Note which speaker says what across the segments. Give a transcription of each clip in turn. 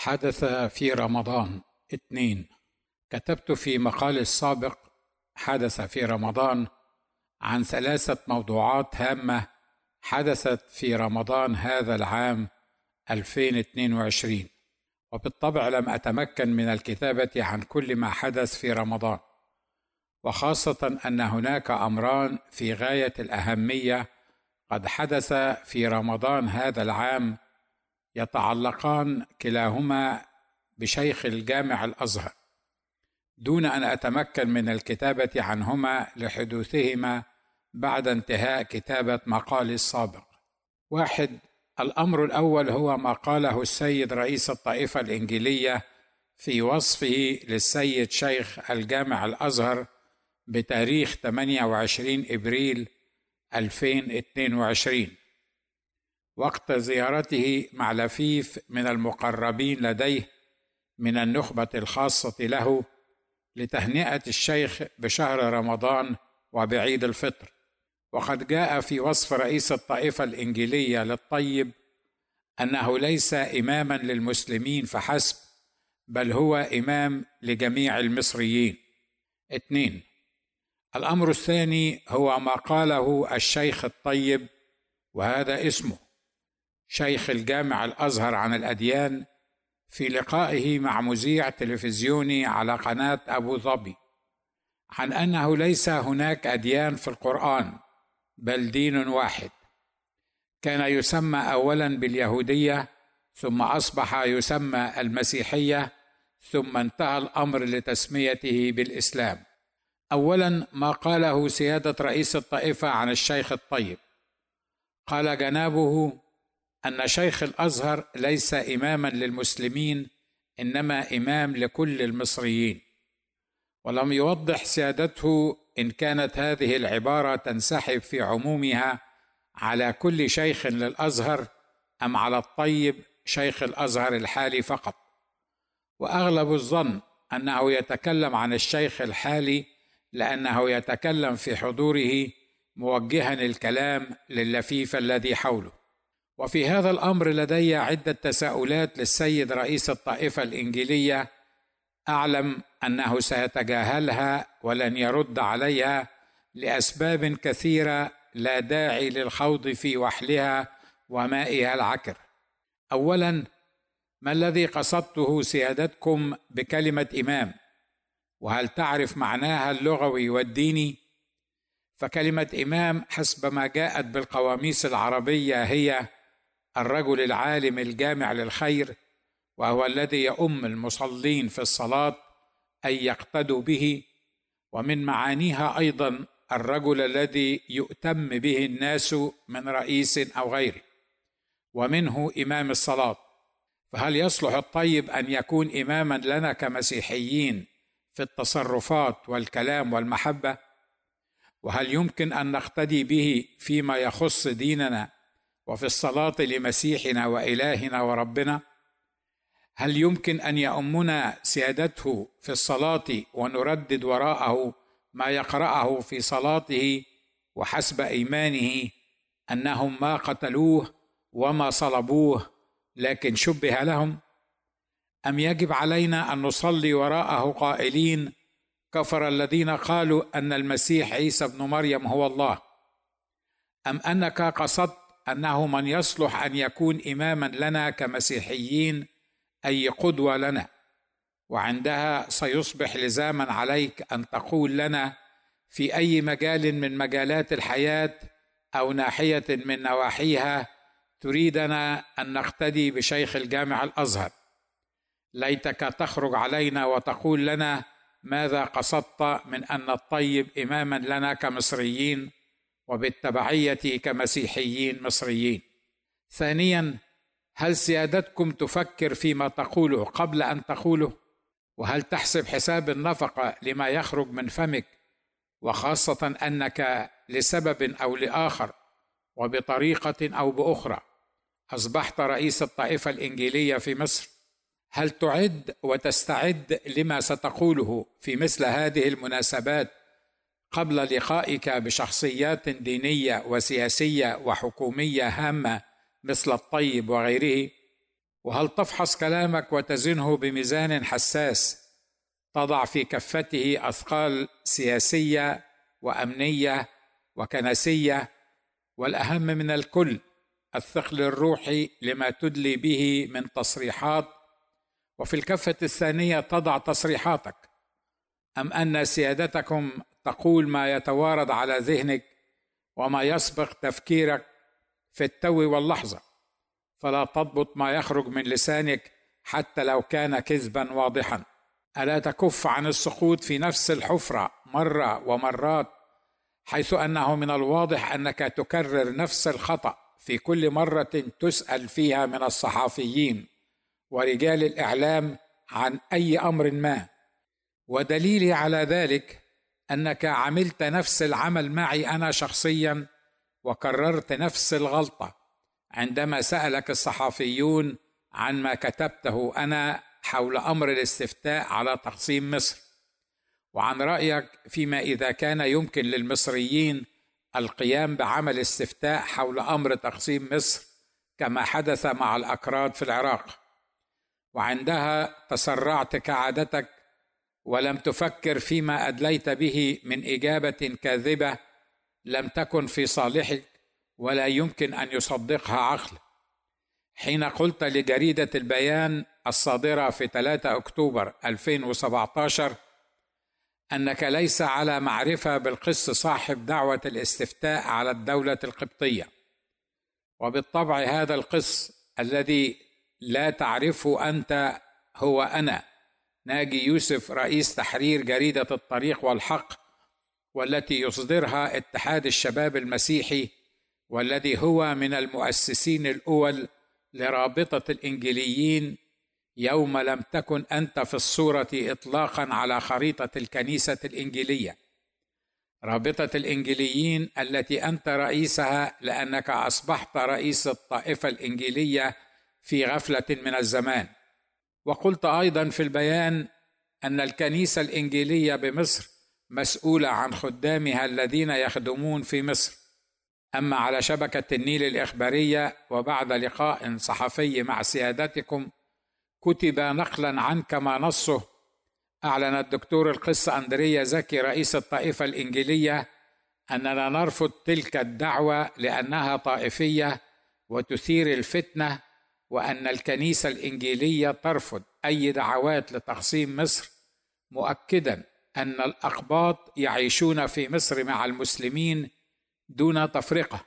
Speaker 1: حدث في رمضان 2. كتبت في مقالي السابق حدث في رمضان عن 3 موضوعات هامة حدثت في رمضان هذا العام 2022، وبالطبع لم أتمكن من الكتابة عن كل ما حدث في رمضان، وخاصة أن هناك أمران في غاية الأهمية قد حدث في رمضان هذا العام يتعلقان كلاهما بشيخ الجامع الأزهر، دون أن أتمكن من الكتابة عنهما لحدوثهما بعد انتهاء كتابة مقالي السابق. 1. الأمر الأول هو ما قاله السيد رئيس الطائفة الإنجيلية في وصفه للسيد شيخ الجامع الأزهر بتاريخ 28 إبريل 2022 وقت زيارته مع لفيف من المقربين لديه من النخبة الخاصة له لتهنئة الشيخ بشهر رمضان وبعيد الفطر. وقد جاء في وصف رئيس الطائفة الإنجيلية للطيب أنه ليس إماما للمسلمين فحسب، بل هو إمام لجميع المصريين. 2. الأمر الثاني هو ما قاله الشيخ الطيب، وهذا اسمه شيخ الجامع الأزهر عن الأديان، في لقائه مع مذيع تلفزيوني على قناة أبو ظبي، عن أنه ليس هناك أديان في القرآن بل دين واحد، كان يسمى أولا باليهودية ثم أصبح يسمى المسيحية ثم انتهى الأمر لتسميته بالإسلام. أولا ما قاله سيادة رئيس الطائفة عن الشيخ الطيب، قال جنابه أن شيخ الأزهر ليس إماما للمسلمين إنما إمام لكل المصريين، ولم يوضح سيادته إن كانت هذه العبارة تنسحب في عمومها على كل شيخ للأزهر أم على الطيب شيخ الأزهر الحالي فقط. وأغلب الظن أنه يتكلم عن الشيخ الحالي لأنه يتكلم في حضوره موجها الكلام لللفيف الذي حوله. وفي هذا الأمر لدي عدة تساؤلات للسيد رئيس الطائفة الإنجيلية، أعلم أنه سيتجاهلها ولن يرد عليها لأسباب كثيرة لا داعي للخوض في وحلها ومائها العكر. أولا، ما الذي قصدته سيادتكم بكلمة إمام؟ وهل تعرف معناها اللغوي والديني؟ فكلمة إمام حسب ما جاءت بالقواميس العربية هي الرجل العالم الجامع للخير، وهو الذي يؤم المصلين في الصلاة أي يقتدوا به، ومن معانيها أيضا الرجل الذي يؤتم به الناس من رئيس أو غيره، ومنه إمام الصلاة. فهل يصلح الطيب أن يكون إماما لنا كمسيحيين في التصرفات والكلام والمحبة؟ وهل يمكن أن نقتدي به فيما يخص ديننا وفي الصلاة لمسيحنا وإلهنا وربنا؟ هل يمكن أن يؤمنا سيادته في الصلاة ونردد وراءه ما يقرأه في صلاته وحسب إيمانه أنهم ما قتلوه وما صلبوه لكن شبه لهم؟ أم يجب علينا أن نصلي وراءه قائلين كفر الذين قالوا أن المسيح عيسى ابن مريم هو الله؟ أم أنك قصدت أنه من يصلح أن يكون إماما لنا كمسيحيين أي قدوة لنا، وعندها سيصبح لزاما عليك أن تقول لنا في أي مجال من مجالات الحياة أو ناحية من نواحيها تريدنا أن نقتدي بشيخ الجامع الأزهر. ليتك تخرج علينا وتقول لنا ماذا قصدت من أن الطيب إماما لنا كمصريين وبالتبعية كمسيحيين مصريين. ثانيا، هل سيادتكم تفكر فيما تقوله قبل أن تقوله؟ وهل تحسب حساب النفقة لما يخرج من فمك، وخاصة أنك لسبب أو لآخر وبطريقة أو بأخرى أصبحت رئيس الطائفة الإنجيلية في مصر؟ هل تعد وتستعد لما ستقوله في مثل هذه المناسبات قبل لقائك بشخصيات دينية وسياسية وحكومية هامة مثل الطيب وغيره؟ وهل تفحص كلامك وتزنه بميزان حساس تضع في كفته أثقال سياسية وأمنية وكنسية، والأهم من الكل الثقل الروحي لما تدلي به من تصريحات، وفي الكفة الثانية تضع تصريحاتك؟ أم أن سيادتكم تقول ما يتوارد على ذهنك وما يسبق تفكيرك في التو واللحظة، فلا تضبط ما يخرج من لسانك حتى لو كان كذبا واضحا؟ ألا تكف عن السقوط في نفس الحفرة مرة ومرات، حيث أنه من الواضح أنك تكرر نفس الخطأ في كل مرة تسأل فيها من الصحفيين ورجال الإعلام عن أي أمر ما؟ ودليلي على ذلك أنك عملت نفس العمل معي أنا شخصيا، وكررت نفس الغلطة عندما سألك الصحفيون عن ما كتبته أنا حول أمر الاستفتاء على تقسيم مصر، وعن رأيك فيما إذا كان يمكن للمصريين القيام بعمل استفتاء حول أمر تقسيم مصر كما حدث مع الأكراد في العراق. وعندها تسرعت كعادتك ولم تفكر فيما أدليت به من إجابة كاذبة لم تكن في صالحك ولا يمكن أن يصدقها عقل، حين قلت لجريدة البيان الصادرة في 3 أكتوبر 2017 أنك ليس على معرفة بالقس صاحب دعوة الاستفتاء على الدولة القبطية. وبالطبع هذا القس الذي لا تعرفه أنت هو أنا ناجي يوسف، رئيس تحرير جريدة الطريق والحق، والتي يصدرها اتحاد الشباب المسيحي، والذي هو من المؤسسين الأول لرابطة الإنجيليين يوم لم تكن أنت في الصورة إطلاقا على خريطة الكنيسة الإنجيلية. رابطة الإنجيليين التي أنت رئيسها لأنك أصبحت رئيس الطائفة الإنجيلية في غفلة من الزمان. وقلت أيضا في البيان أن الكنيسة الإنجيلية بمصر مسؤولة عن خدامها الذين يخدمون في مصر. أما على شبكة النيل الإخبارية وبعد لقاء صحفي مع سيادتكم كتب نقلا عنك ما نصه أعلن الدكتور القس أندريا زكي رئيس الطائفة الإنجيلية أننا نرفض تلك الدعوة لأنها طائفية وتثير الفتنة، وأن الكنيسة الإنجيلية ترفض أي دعوات لتقسيم مصر، مؤكدا أن الأقباط يعيشون في مصر مع المسلمين دون تفرقة.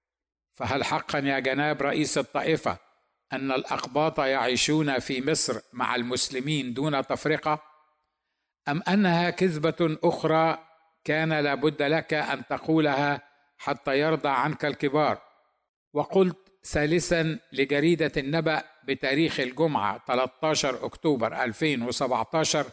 Speaker 1: فهل حقا يا جناب رئيس الطائفة أن الأقباط يعيشون في مصر مع المسلمين دون تفرقة، أم أنها كذبة أخرى كان لابد لك أن تقولها حتى يرضى عنك الكبار؟ وقلت ثالثا لجريدة النبأ بتاريخ الجمعة 13 أكتوبر 2017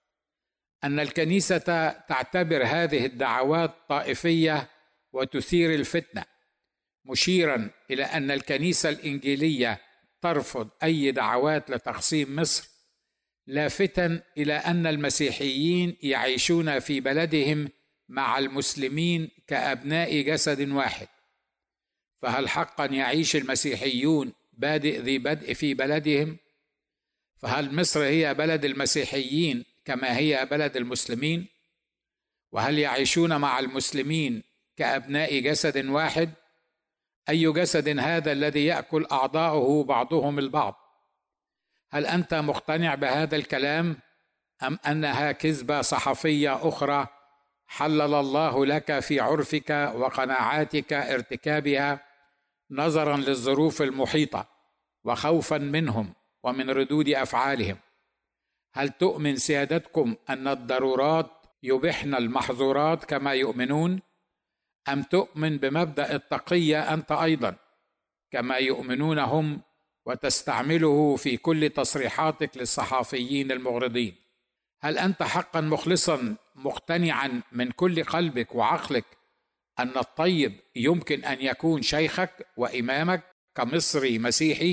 Speaker 1: أن الكنيسة تعتبر هذه الدعوات طائفية وتثير الفتنة، مشيرا إلى أن الكنيسة الإنجيلية ترفض أي دعوات لتقسيم مصر، لافتا إلى أن المسيحيين يعيشون في بلدهم مع المسلمين كأبناء جسد واحد. فهل حقا يعيش المسيحيون بادئ ذي بدء في بلدهم؟ فهل مصر هي بلد المسيحيين كما هي بلد المسلمين؟ وهل يعيشون مع المسلمين كأبناء جسد واحد؟ أي جسد هذا الذي يأكل أعضاؤه بعضهم البعض؟ هل أنت مقتنع بهذا الكلام أم أنها كذبة صحفية أخرى حلل الله لك في عرفك وقناعاتك ارتكابها نظرا للظروف المحيطة وخوفا منهم ومن ردود أفعالهم؟ هل تؤمن سيادتكم أن الضرورات يبيحن المحظورات كما يؤمنون، أم تؤمن بمبدأ التقية أنت أيضا كما يؤمنون هم وتستعمله في كل تصريحاتك للصحفيين المغرضين؟ هل أنت حقا مخلصا مقتنعا من كل قلبك وعقلك أن الطيب يمكن أن يكون شيخك وإمامك كمصري مسيحي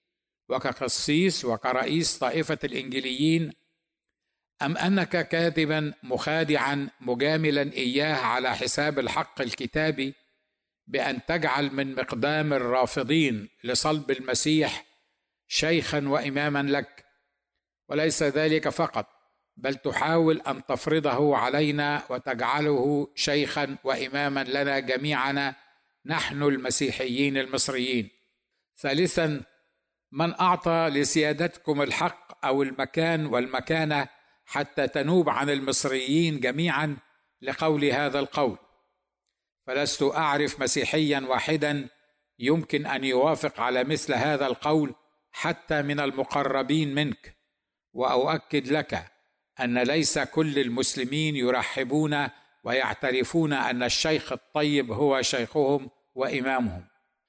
Speaker 1: وكقسيس وكرئيس طائفة الإنجيليين، أم أنك كاذبا مخادعا مجاملا إياه على حساب الحق الكتابي بأن تجعل من مقدام الرافضين لصلب المسيح شيخا وإماما لك، وليس ذلك فقط، بل تحاول أن تفرضه علينا وتجعله شيخا وإماما لنا جميعنا نحن المسيحيين المصريين. ثالثا، من أعطى لسيادتكم الحق أو المكان والمكانة حتى تنوب عن المصريين جميعا لقول هذا القول؟ فلست أعرف مسيحيا واحدا يمكن أن يوافق على مثل هذا القول حتى من المقربين منك، وأؤكد لك أن ليس كل المسلمين يرحبون ويعترفون أن الشيخ الطيب هو شيخهم وإمامهم،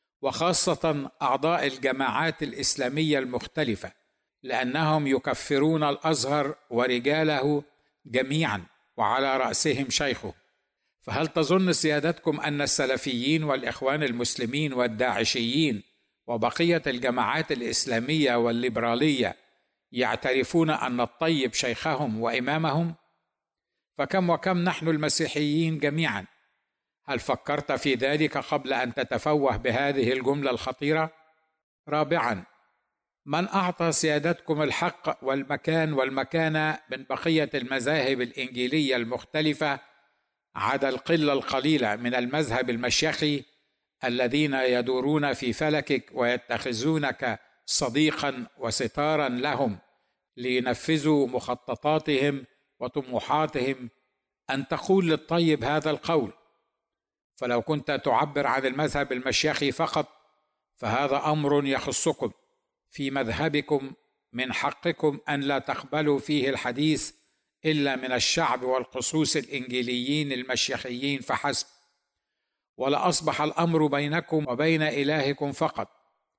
Speaker 1: وخاصة أعضاء الجماعات الإسلامية المختلفة، لأنهم يكفرون الأزهر ورجاله جميعا وعلى رأسهم شيخه. فهل تظن سيادتكم أن السلفيين والإخوان المسلمين والداعشيين وبقية الجماعات الإسلامية والليبرالية يعترفون أن الطيب شيخهم وإمامهم؟ فكم وكم نحن المسيحيين جميعا. هل فكرت في ذلك قبل أن تتفوه بهذه الجملة الخطيرة؟ رابعا، من أعطى سيادتكم الحق والمكان والمكانة من بقية المذاهب الإنجيلية المختلفة عدا القلة القليلة من المذهب المشيخي الذين يدورون في فلكك ويتخذونك صديقا وستارا لهم لينفذوا مخططاتهم وطموحاتهم، أن تقول للطيب هذا القول؟ فلو كنت تعبر عن المذهب المشيخي فقط فهذا أمر يخصكم. في مذهبكم من حقكم أن لا تقبلوا فيه الحديث إلا من الشعب والخصوص الإنجيليين المشيخيين فحسب، ولأصبح الأمر بينكم وبين إلهكم فقط.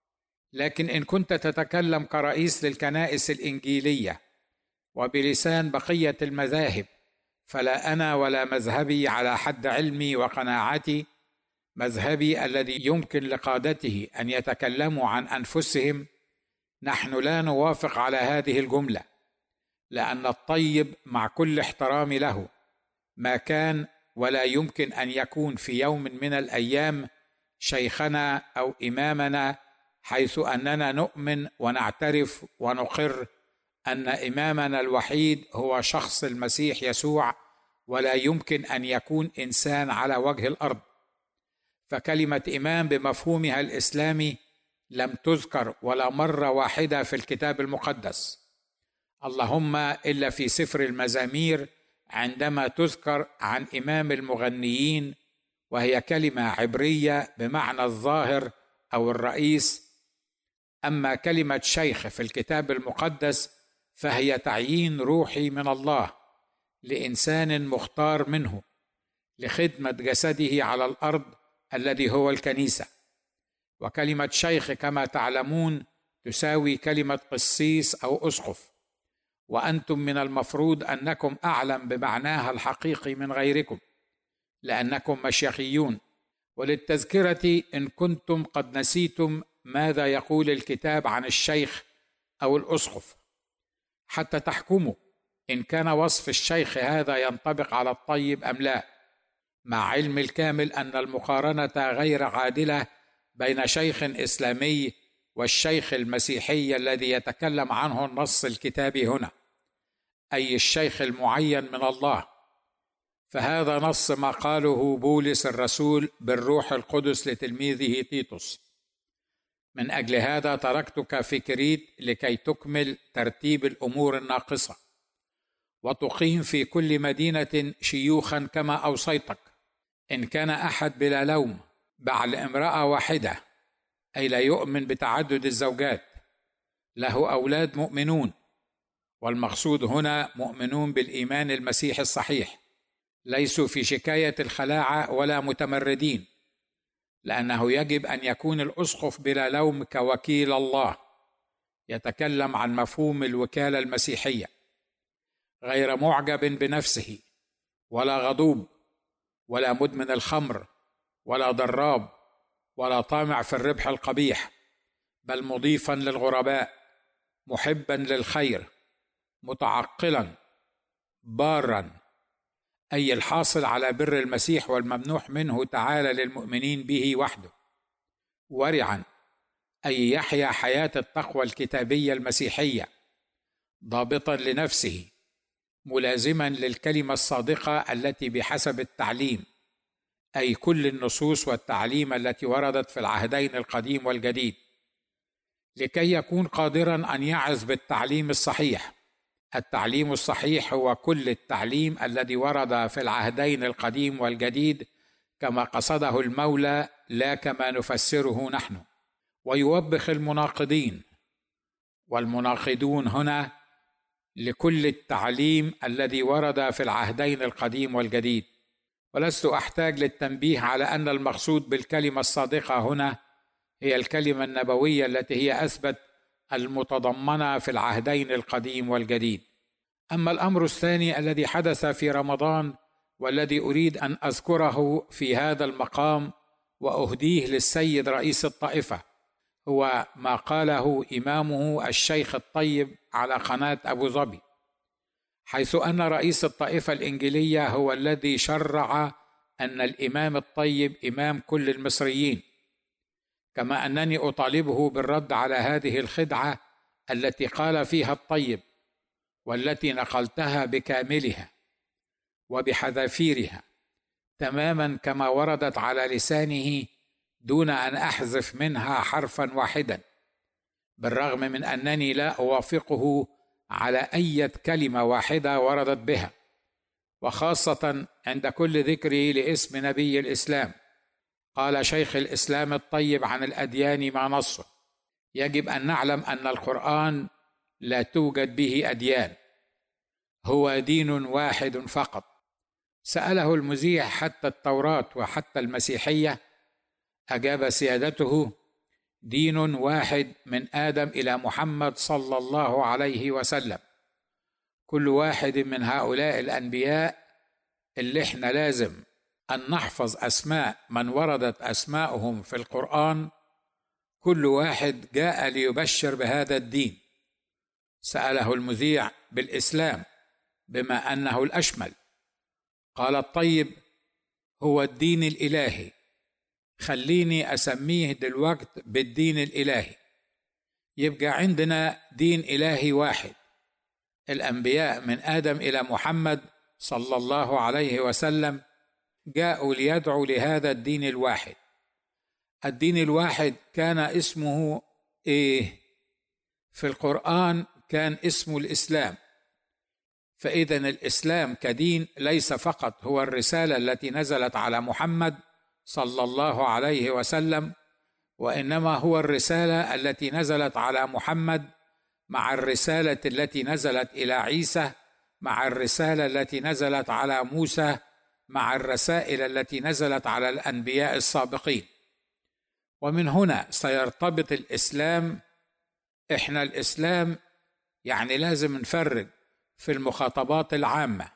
Speaker 1: لكن إن كنت تتكلم كرئيس للكنائس الإنجيلية وبلسان بقية المذاهب، فلا أنا ولا مذهبي على حد علمي وقناعتي، مذهبي الذي يمكن لقادته أن يتكلموا عن أنفسهم، نحن لا نوافق على هذه الجملة، لأن الطيب مع كل احترامي له ما كان ولا يمكن أن يكون في يوم من الأيام شيخنا أو إمامنا، حيث أننا نؤمن ونعترف ونقر أن إمامنا الوحيد هو شخص المسيح يسوع، ولا يمكن أن يكون إنسان على وجه الأرض. فكلمة إمام بمفهومها الإسلامي لم تذكر ولا مرة واحدة في الكتاب المقدس، اللهم إلا في سفر المزامير عندما تذكر عن إمام المغنيين، وهي كلمة عبرية بمعنى الظاهر أو الرئيس. أما كلمة شيخ في الكتاب المقدس فهي تعيين روحي من الله لإنسان مختار منه لخدمة جسده على الأرض الذي هو الكنيسة. وكلمة شيخ كما تعلمون تساوي كلمة قسيس أو أسقف، وأنتم من المفروض أنكم أعلم بمعناها الحقيقي من غيركم لأنكم مشيخيون. وللتذكرة إن كنتم قد نسيتم ماذا يقول الكتاب عن الشيخ أو الأسقف حتى تحكموا إن كان وصف الشيخ هذا ينطبق على الطيب أم لا، مع علم الكامل أن المقارنة غير عادلة بين شيخ إسلامي والشيخ المسيحي الذي يتكلم عنه النص الكتابي هنا، أي الشيخ المعين من الله. فهذا نص ما قاله بولس الرسول بالروح القدس لتلميذه تيتوس: من أجل هذا تركتك في كريت لكي تكمل ترتيب الأمور الناقصة وتقيم في كل مدينة شيوخا كما أوصيتك. إن كان أحد بلا لوم بعد امرأة واحدة، أي لا يؤمن بتعدد الزوجات، له أولاد مؤمنون، والمقصود هنا مؤمنون بالإيمان المسيحي الصحيح، ليسوا في شكاية الخلاعة ولا متمردين، لأنه يجب أن يكون الأسقف بلا لوم كوكيل الله يتكلم عن مفهوم الوكالة المسيحية، غير معجب بنفسه ولا غضوب ولا مدمن الخمر ولا ضراب ولا طامع في الربح القبيح، بل مضيفا للغرباء، محبا للخير، متعقلا، بارا، أي الحاصل على بر المسيح والممنوح منه تعالى للمؤمنين به وحده، ورعا، أي يحيا حياة التقوى الكتابية المسيحية، ضابطا لنفسه، ملازما للكلمة الصادقة التي بحسب التعليم، أي كل النصوص والتعليم التي وردت في العهدين القديم والجديد، لكي يكون قادرا أن يعظ بالتعليم الصحيح. التعليم الصحيح هو كل التعليم الذي ورد في العهدين القديم والجديد كما قصده المولى، لا كما نفسره نحن. ويوبخ المناقضين، والمناقضون هنا لكل التعليم الذي ورد في العهدين القديم والجديد. ولست أحتاج للتنبيه على أن المقصود بالكلمة الصادقة هنا هي الكلمة النبوية التي هي أثبت المتضمنة في العهدين القديم والجديد. أما الأمر الثاني الذي حدث في رمضان والذي أريد أن أذكره في هذا المقام وأهديه للسيد رئيس الطائفة، هو ما قاله إمامه الشيخ الطيب على قناة أبو ظبي، حيث أن رئيس الطائفة الإنجيلية هو الذي شرع أن الإمام الطيب إمام كل المصريين، كما أنني أطالبه بالرد على هذه الخدعة التي قال فيها الطيب، والتي نقلتها بكاملها وبحذافيرها تماما كما وردت على لسانه دون أن أحذف منها حرفا واحدا، بالرغم من أنني لا أوافقه على أي كلمة واحدة وردت بها، وخاصة عند كل ذكري لاسم نبي الإسلام. قال شيخ الإسلام الطيب عن الأديان ما نصه: يجب أن نعلم أن القرآن لا توجد به أديان، هو دين واحد فقط. سأله المذيع: حتى التوراة وحتى المسيحية؟ أجاب سيادته: دين واحد من آدم إلى محمد صلى الله عليه وسلم. كل واحد من هؤلاء الأنبياء اللي احنا لازم أن نحفظ أسماء من وردت أسماءهم في القرآن، كل واحد جاء ليبشر بهذا الدين. سأله المذيع: بالإسلام بما أنه الأشمل؟ قال الطيب: هو الدين الإلهي، خليني أسميه دلوقت بالدين الإلهي. يبقى عندنا دين إلهي واحد، الأنبياء من آدم إلى محمد صلى الله عليه وسلم جاءوا ليدعوا لهذا الدين الواحد. الدين الواحد كان اسمه إيه؟ في القرآن كان اسمه الإسلام. فإذا الإسلام كدين ليس فقط هو الرسالة التي نزلت على محمد صلى الله عليه وسلم، وإنما هو الرسالة التي نزلت على محمد مع الرسالة التي نزلت إلى عيسى، مع الرسالة التي نزلت على موسى، مع الرسائل التي نزلت على الأنبياء السابقين. ومن هنا سيرتبط الإسلام. إحنا الإسلام يعني لازم نفرق في المخاطبات العامة.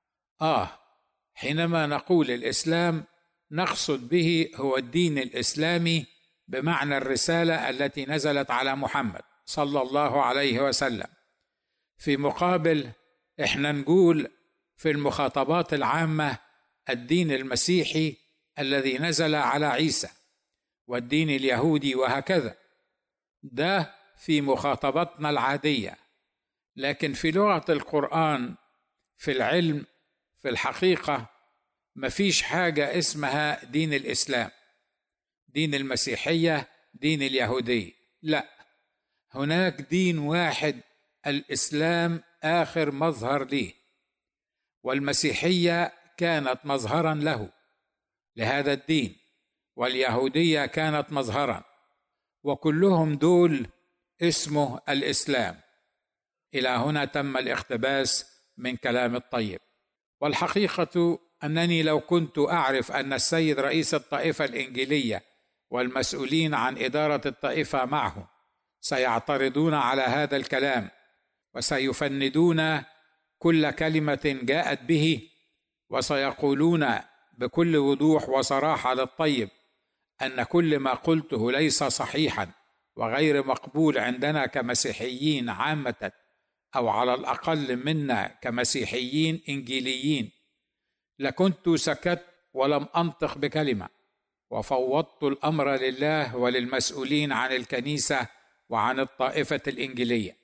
Speaker 1: حينما نقول الإسلام نقصد به هو الدين الإسلامي بمعنى الرسالة التي نزلت على محمد صلى الله عليه وسلم. في مقابل إحنا نقول في المخاطبات العامة الدين المسيحي الذي نزل على عيسى، والدين اليهودي، وهكذا. ده في مخاطبتنا العادية. لكن في لغة القرآن، في العلم، في الحقيقة، مفيش حاجة اسمها دين الإسلام، دين المسيحية، دين اليهودية. لا، هناك دين واحد، الإسلام آخر مظهر ليه، والمسيحية كانت مظهرا له لهذا الدين، واليهودية كانت مظهرا، وكلهم دول اسمه الإسلام. إلى هنا تم الاقتباس من كلام الطيب. والحقيقة أنني لو كنت أعرف أن السيد رئيس الطائفة الإنجيلية والمسؤولين عن إدارة الطائفة معه سيعترضون على هذا الكلام وسيفندون كل كلمة جاءت به، وسيقولون بكل وضوح وصراحة للطيب أن كل ما قلته ليس صحيحا وغير مقبول عندنا كمسيحيين عامة، أو على الأقل منا كمسيحيين إنجيليين، لكنت سكت ولم أنطق بكلمة. وفوضت الأمر لله وللمسؤولين عن الكنيسة وعن الطائفة الإنجيلية،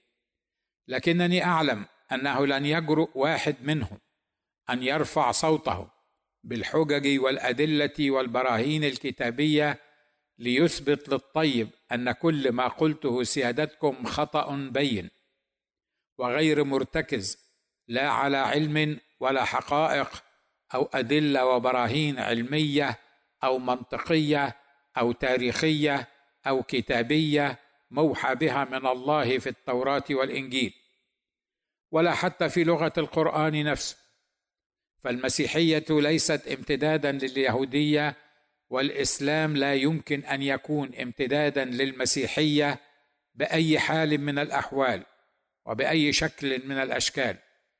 Speaker 1: لكنني أعلم أنه لن يجرؤ واحد منهم أن يرفع صوته بالحجج والأدلة والبراهين الكتابية ليثبت للطيب أن كل ما قلته سيادتكم خطأ بين وغير مرتكز لا على علم ولا حقائق أو أدلة وبراهين علمية أو منطقية أو تاريخية أو كتابية موحى بها من الله في التوراة والإنجيل، ولا حتى في لغة القرآن نفسه. فالمسيحية ليست امتدادا لليهودية، والإسلام لا يمكن أن يكون امتدادا للمسيحية بأي حال من الأحوال وبأي شكل من الأشكال.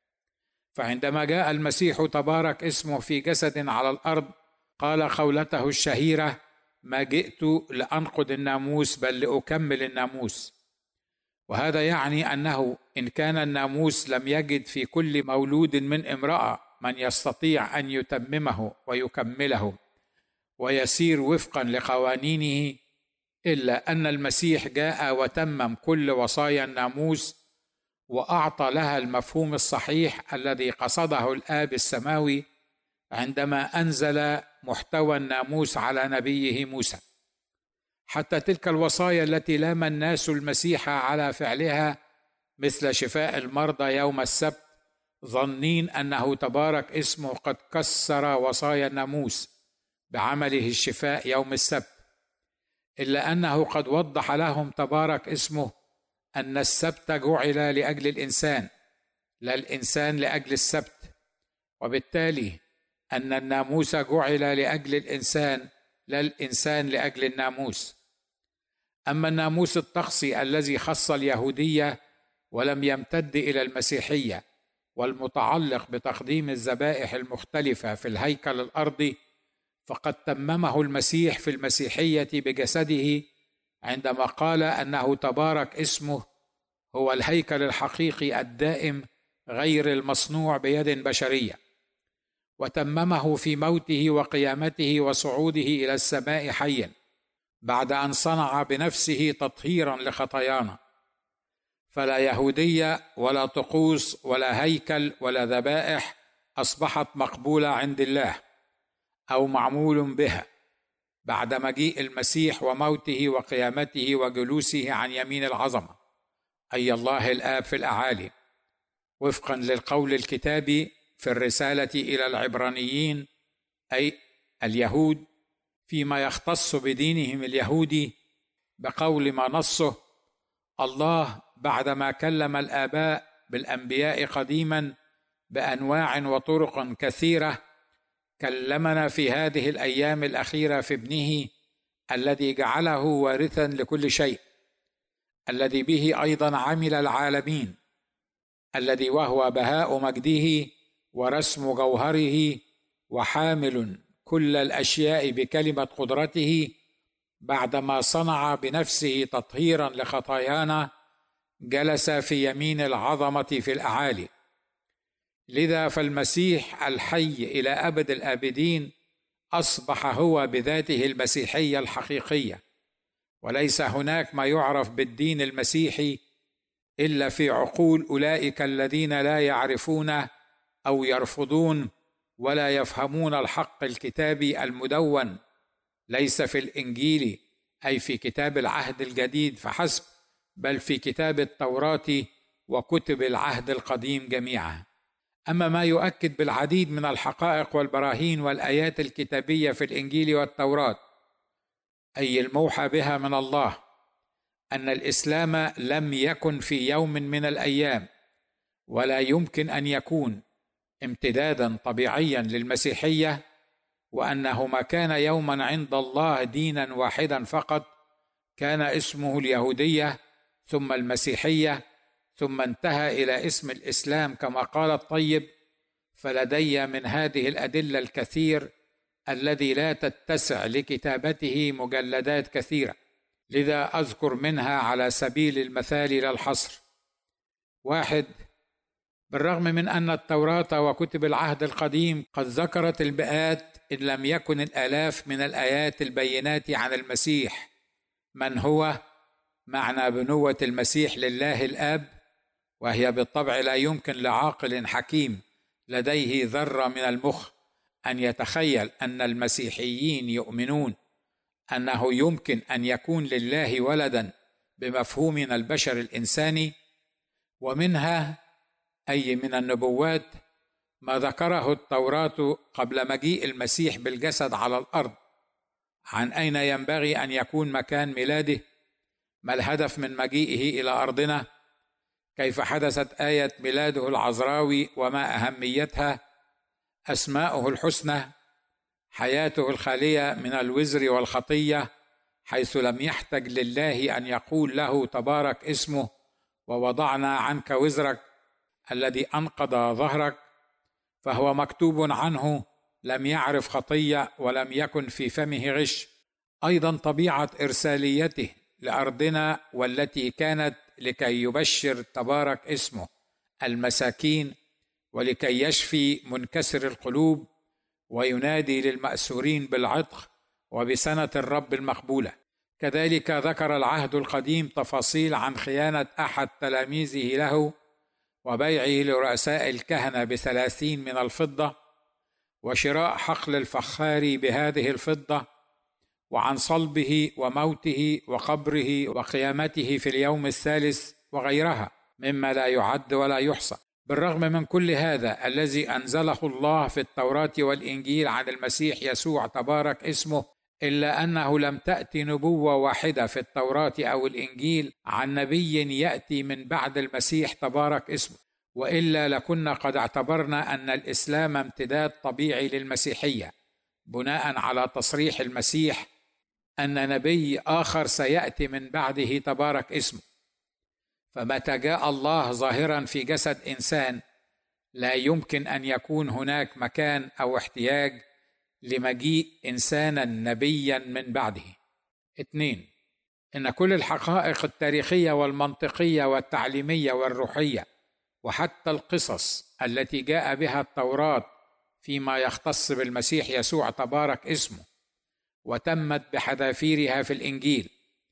Speaker 1: فعندما جاء المسيح تبارك اسمه في جسد على الأرض قال قولته الشهيرة: ما جئت لأنقض الناموس بل لأكمل الناموس. وهذا يعني أنه إن كان الناموس لم يجد في كل مولود من امرأة من يستطيع أن يتممه ويكمله ويسير وفقا لقوانينه، إلا أن المسيح جاء وتمم كل وصايا الناموس وأعطى لها المفهوم الصحيح الذي قصده الآب السماوي عندما أنزل محتوى الناموس على نبيه موسى. حتى تلك الوصايا التي لام الناس المسيح على فعلها، مثل شفاء المرضى يوم السبت، ظنين أنه تبارك اسمه قد كسر وصايا الناموس بعمله الشفاء يوم السبت، إلا أنه قد وضح لهم تبارك اسمه أن السبت جعل لأجل الإنسان لا الإنسان لأجل السبت، وبالتالي أن الناموس جعل لأجل الإنسان لا الإنسان لأجل الناموس. أما الناموس الطقسي الذي خص اليهودية ولم يمتد إلى المسيحية والمتعلق بتقديم الذبائح المختلفة في الهيكل الأرضي، فقد تممه المسيح في المسيحية بجسده عندما قال أنه تبارك اسمه هو الهيكل الحقيقي الدائم غير المصنوع بيد بشرية، وتممه في موته وقيامته وصعوده إلى السماء حيا بعد أن صنع بنفسه تطهيرا لخطايانا. فلا يهودية ولا طقوس ولا هيكل ولا ذبائح أصبحت مقبولة عند الله أو معمول بها بعد مجيء المسيح وموته وقيامته وجلوسه عن يمين العظمة، أي الله الآب في الأعالي، وفقا للقول الكتابي في الرسالة إلى العبرانيين، أي اليهود فيما يختص بدينهم اليهودي، بقول ما نصه: الله بعدما كلم الآباء بالأنبياء قديما بأنواع وطرق كثيرة، كلمنا في هذه الأيام الأخيرة في ابنه الذي جعله وارثا لكل شيء، الذي به أيضا عمل العالمين، الذي وهو بهاء مجده ورسم جوهره وحامل كل الأشياء بكلمة قدرته، بعدما صنع بنفسه تطهيرا لخطايانا جلس في يمين العظمة في الأعالي. لذا فالمسيح الحي إلى أبد الآبدين أصبح هو بذاته المسيحية الحقيقية، وليس هناك ما يعرف بالدين المسيحي إلا في عقول أولئك الذين لا يعرفون أو يرفضون ولا يفهمون الحق الكتابي المدون، ليس في الإنجيل أي في كتاب العهد الجديد فحسب، بل في كتاب التوراة وكتب العهد القديم جميعا. أما ما يؤكد بالعديد من الحقائق والبراهين والآيات الكتابية في الإنجيل والتوراة، أي الموحى بها من الله، أن الإسلام لم يكن في يوم من الأيام ولا يمكن أن يكون امتدادا طبيعيا للمسيحية، وأنه ما كان يوما عند الله دينا واحدا فقط، كان اسمه اليهودية ثم المسيحية ثم انتهى إلى اسم الإسلام كما قال الطيب: فلدي من هذه الأدلة الكثير الذي لا تتسع لكتابته مجلدات كثيرة، لذا أذكر منها على سبيل المثال لا الحصر. 1. بالرغم من أن التوراة وكتب العهد القديم قد ذكرت المئات إن لم يكن الآلاف من الآيات البينات عن المسيح من هو، معنى بنوة المسيح لله الآب، وهي بالطبع لا يمكن لعاقل حكيم لديه ذرة من المخ أن يتخيل أن المسيحيين يؤمنون أنه يمكن أن يكون لله ولدا بمفهومنا البشر الإنساني. ومنها أي من النبوات ما ذكره التوراة قبل مجيء المسيح بالجسد على الأرض عن أين ينبغي أن يكون مكان ميلاده، ما الهدف من مجيئه إلى أرضنا، كيف حدثت آية ميلاده العذراوي وما أهميتها، أسماؤه الحسنى، حياته الخالية من الوزر والخطية حيث لم يحتج لله أن يقول له تبارك اسمه ووضعنا عنك وزرك الذي أنقض ظهرك، فهو مكتوب عنه لم يعرف خطية ولم يكن في فمه غش. أيضا طبيعة إرساليته لأرضنا والتي كانت لكي يبشر تبارك اسمه المساكين ولكي يشفي منكسر القلوب وينادي للمأسورين بالعتق وبسنة الرب المقبولة. كذلك ذكر العهد القديم تفاصيل عن خيانة أحد تلاميذه له وبيعه لرؤساء الكهنة ب30 من الفضة وشراء حقل الفخار بهذه الفضة، وعن صلبه وموته وقبره وقيامته في اليوم الثالث وغيرها مما لا يعد ولا يحصى. بالرغم من كل هذا الذي أنزله الله في التوراة والإنجيل عن المسيح يسوع تبارك اسمه، إلا أنه لم تأتي نبوة واحدة في التوراة أو الإنجيل عن نبي يأتي من بعد المسيح تبارك اسمه، وإلا لكنا قد اعتبرنا أن الإسلام امتداد طبيعي للمسيحية بناء على تصريح المسيح أن نبي آخر سيأتي من بعده تبارك اسمه. فمتى جاء الله ظاهرا في جسد إنسان لا يمكن أن يكون هناك مكان أو احتياج لمجيء إنسانا نبيا من بعده. 2. إن كل الحقائق التاريخية والمنطقية والتعليمية والروحية وحتى القصص التي جاء بها التوراة فيما يختص بالمسيح يسوع تبارك اسمه وتمت بحذافيرها في الإنجيل،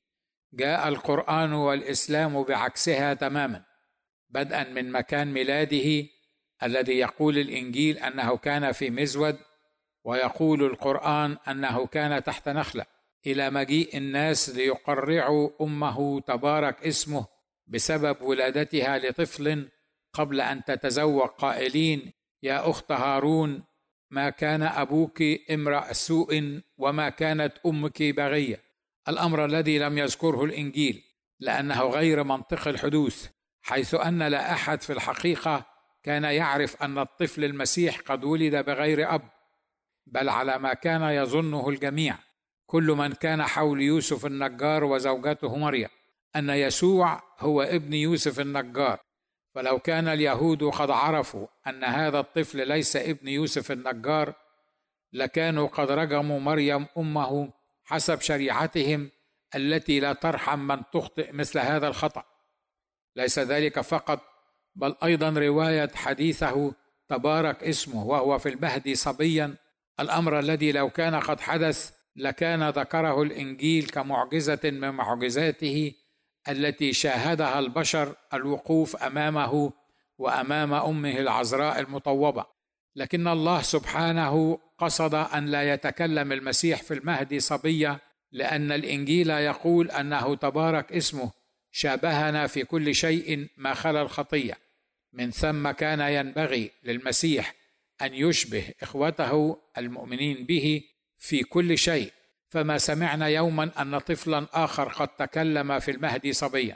Speaker 1: جاء القرآن والإسلام بعكسها تماما، بدءا من مكان ميلاده الذي يقول الإنجيل أنه كان في مزود ويقول القرآن أنه كان تحت نخلة، إلى مجيء الناس ليقرعوا أمه تبارك اسمه بسبب ولادتها لطفل قبل أن تتزوج قائلين يا أخت هارون ما كان أبوك امرأ سوء وما كانت أمك بغية، الأمر الذي لم يذكره الإنجيل لأنه غير منطق الحدوث، حيث أن لا أحد في الحقيقة كان يعرف أن الطفل المسيح قد ولد بغير أب، بل على ما كان يظنه الجميع كل من كان حول يوسف النجار وزوجته مريم أن يسوع هو ابن يوسف النجار. فلو كان اليهود قد عرفوا أن هذا الطفل ليس ابن يوسف النجار لكانوا قد رجموا مريم أمه حسب شريعتهم التي لا ترحم من تخطئ مثل هذا الخطأ. ليس ذلك فقط بل أيضا رواية حديثه تبارك اسمه وهو في المهد صبيا، الأمر الذي لو كان قد حدث لكان ذكره الإنجيل كمعجزة من معجزاته التي شاهدها البشر الوقوف أمامه وأمام أمه العذراء المطوبة. لكن الله سبحانه قصد أن لا يتكلم المسيح في المهد صبيا، لأن الإنجيل يقول أنه تبارك اسمه شابهنا في كل شيء ما خلا الخطية، من ثم كان ينبغي للمسيح أن يشبه إخوته المؤمنين به في كل شيء. فما سمعنا يوما أن طفلا آخر قد تكلم في المهد صبيا،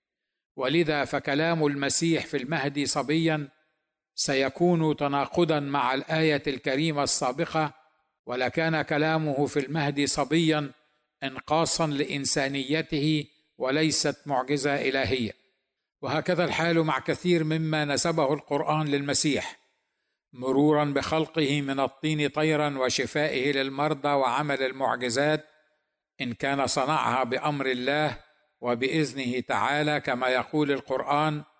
Speaker 1: ولذا فكلام المسيح في المهد صبيا سيكون تناقضا مع الآية الكريمة السابقة، ولكان كلامه في المهد صبيا انقاصا لإنسانيته وليست معجزة إلهية. وهكذا الحال مع كثير مما نسبه القرآن للمسيح، مرورا بخلقه من الطين طيرا وشفائه للمرضى وعمل المعجزات إن كان صنعها بأمر الله وبإذنه تعالى، كما يقول القرآن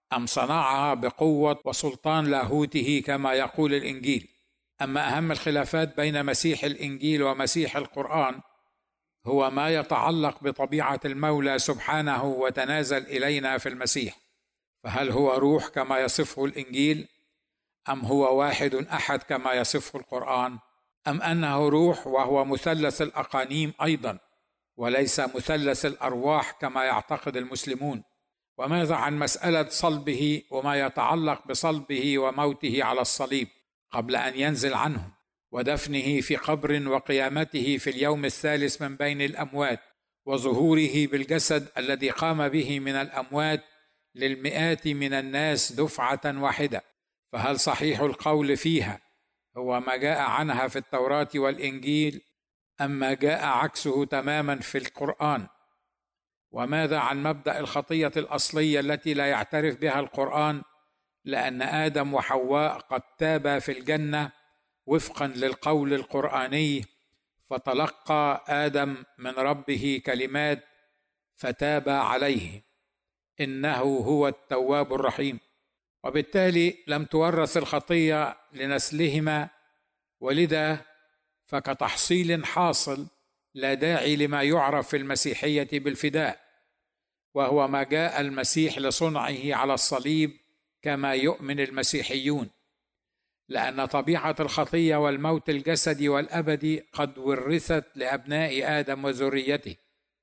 Speaker 1: أم صنعها بقوة وسلطان لاهوته كما يقول الإنجيل؟ أما أهم الخلافات بين مسيح الإنجيل ومسيح القرآن هو ما يتعلق بطبيعة المولى سبحانه وتنازل إلينا في المسيح، فهل هو روح كما يصفه الإنجيل، أم هو واحد أحد كما يصفه القرآن، أم أنه روح وهو مثلث الأقانيم أيضا وليس مثلث الأرواح كما يعتقد المسلمون؟ وماذا عن مسألة صلبه وما يتعلق بصلبه وموته على الصليب قبل أن ينزل عنه، ودفنه في قبر، وقيامته في اليوم الثالث من بين الأموات، وظهوره بالجسد الذي قام به من الأموات للمئات من الناس دفعة واحدة؟ فهل صحيح القول فيها هو ما جاء عنها في التوراة والإنجيل، أم ما جاء عكسه تماما في القرآن؟ وماذا عن مبدأ الخطية الأصلية التي لا يعترف بها القرآن، لأن آدم وحواء قد تابا في الجنة وفقا للقول القرآني، فتلقى آدم من ربه كلمات فتاب عليه إنه هو التواب الرحيم، وبالتالي لم تورث الخطية لنسلهما، ولذا فكتحصيل حاصل لا داعي لما يعرف في المسيحية بالفداء، وهو ما جاء المسيح لصنعه على الصليب كما يؤمن المسيحيون، لأن طبيعة الخطية والموت الجسدي والأبدي قد ورثت لأبناء آدم وذريته،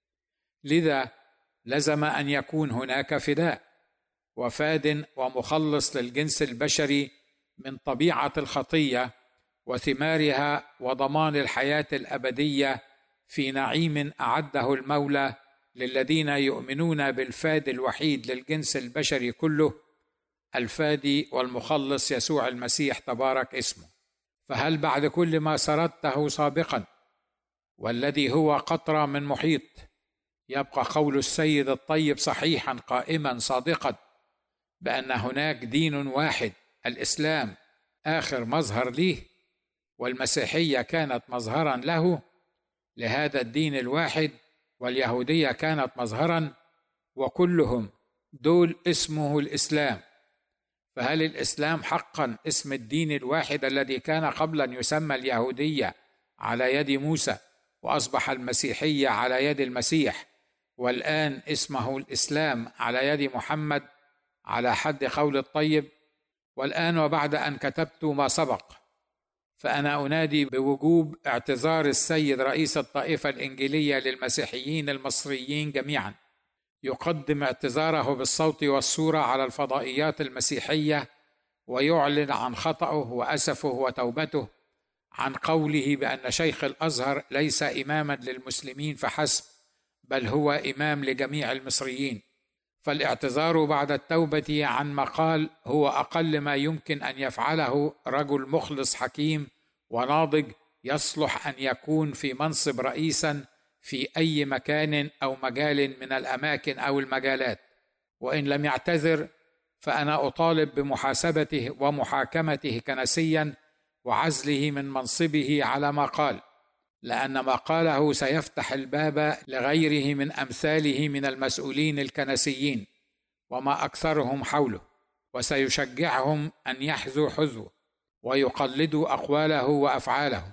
Speaker 1: لذا لزم أن يكون هناك فداء وفاد ومخلص للجنس البشري من طبيعة الخطية وثمارها، وضمان الحياة الأبدية في نعيم أعده المولى للذين يؤمنون بالفاد الوحيد للجنس البشري كله، الفادي والمخلص يسوع المسيح تبارك اسمه. فهل بعد كل ما سردته سابقا والذي هو قطرة من محيط يبقى قول السيد الطيب صحيحا قائما صادقا بأن هناك دين واحد الإسلام آخر مظهر ليه، والمسيحية كانت مظهرا له لهذا الدين الواحد، واليهودية كانت مظهرا، وكلهم دول اسمه الإسلام؟ فهل الإسلام حقا اسم الدين الواحد الذي كان قبل أن يسمى اليهودية على يد موسى، وأصبح المسيحية على يد المسيح، والآن اسمه الإسلام على يد محمد على حد قول الطيب؟ والآن وبعد أن كتبت ما سبق، فأنا أنادي بوجوب اعتذار السيد رئيس الطائفة الإنجيلية للمسيحيين المصريين جميعا، يقدم اعتذاره بالصوت والصورة على الفضائيات المسيحية، ويعلن عن خطأه وأسفه وتوبته عن قوله بأن شيخ الأزهر ليس إماما للمسلمين فحسب، بل هو إمام لجميع المصريين. فالاعتذار بعد التوبة عن ما قال هو أقل ما يمكن أن يفعله رجل مخلص حكيم وناضج يصلح أن يكون في منصب رئيسا في أي مكان أو مجال من الأماكن أو المجالات. وإن لم يعتذر فأنا أطالب بمحاسبته ومحاكمته كنسيا وعزله من منصبه على ما قال، لأن ما قاله سيفتح الباب لغيره من أمثاله من المسؤولين الكنسيين وما أكثرهم حوله، وسيشجعهم أن يحذوا حذوه ويقلدوا أقواله وأفعاله،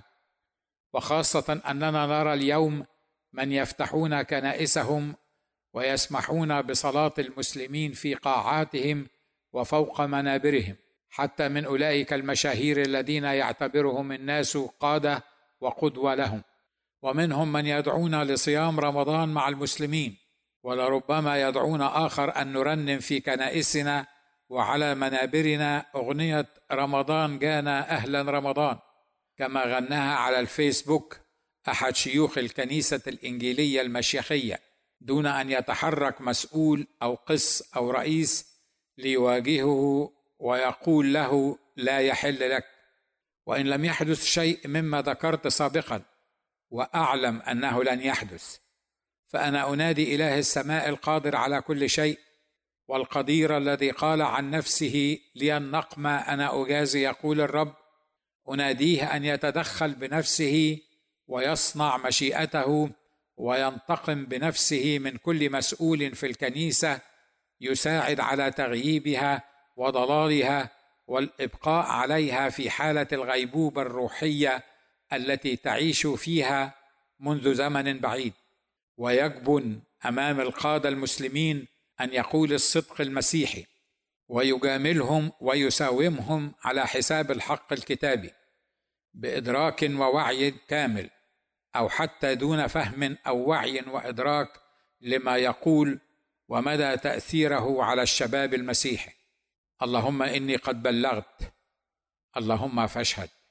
Speaker 1: وخاصة أننا نرى اليوم من يفتحون كنائسهم ويسمحون بصلاة المسلمين في قاعاتهم وفوق منابرهم، حتى من أولئك المشاهير الذين يعتبرهم الناس قادة وقدوة لهم، ومنهم من يدعون لصيام رمضان مع المسلمين، ولربما يدعون آخر أن نرنم في كنائسنا وعلى منابرنا أغنية رمضان جانا أهلا رمضان، كما غناها على الفيسبوك أحد شيوخ الكنيسة الإنجيلية المشيخية، دون أن يتحرك مسؤول أو قس أو رئيس ليواجهه ويقول له لا يحل لك. وإن لم يحدث شيء مما ذكرت سابقا، وأعلم أنه لن يحدث، فأنا أنادي إله السماء القادر على كل شيء والقدير الذي قال عن نفسه لي النقمة أنا أجازي يقول الرب، أناديه أن يتدخل بنفسه ويصنع مشيئته وينتقم بنفسه من كل مسؤول في الكنيسة يساعد على تغييبها وضلالها والإبقاء عليها في حالة الغيبوبة الروحية التي تعيش فيها منذ زمن بعيد. ويجبن أمام القادة المسلمين أن يقول الصدق المسيحي ويجاملهم ويساومهم على حساب الحق الكتابي بإدراك ووعي كامل، أو حتى دون فهم أو وعي وإدراك لما يقول ومدى تأثيره على الشباب المسيحي. اللهم إني قد بلغت، اللهم فاشهد.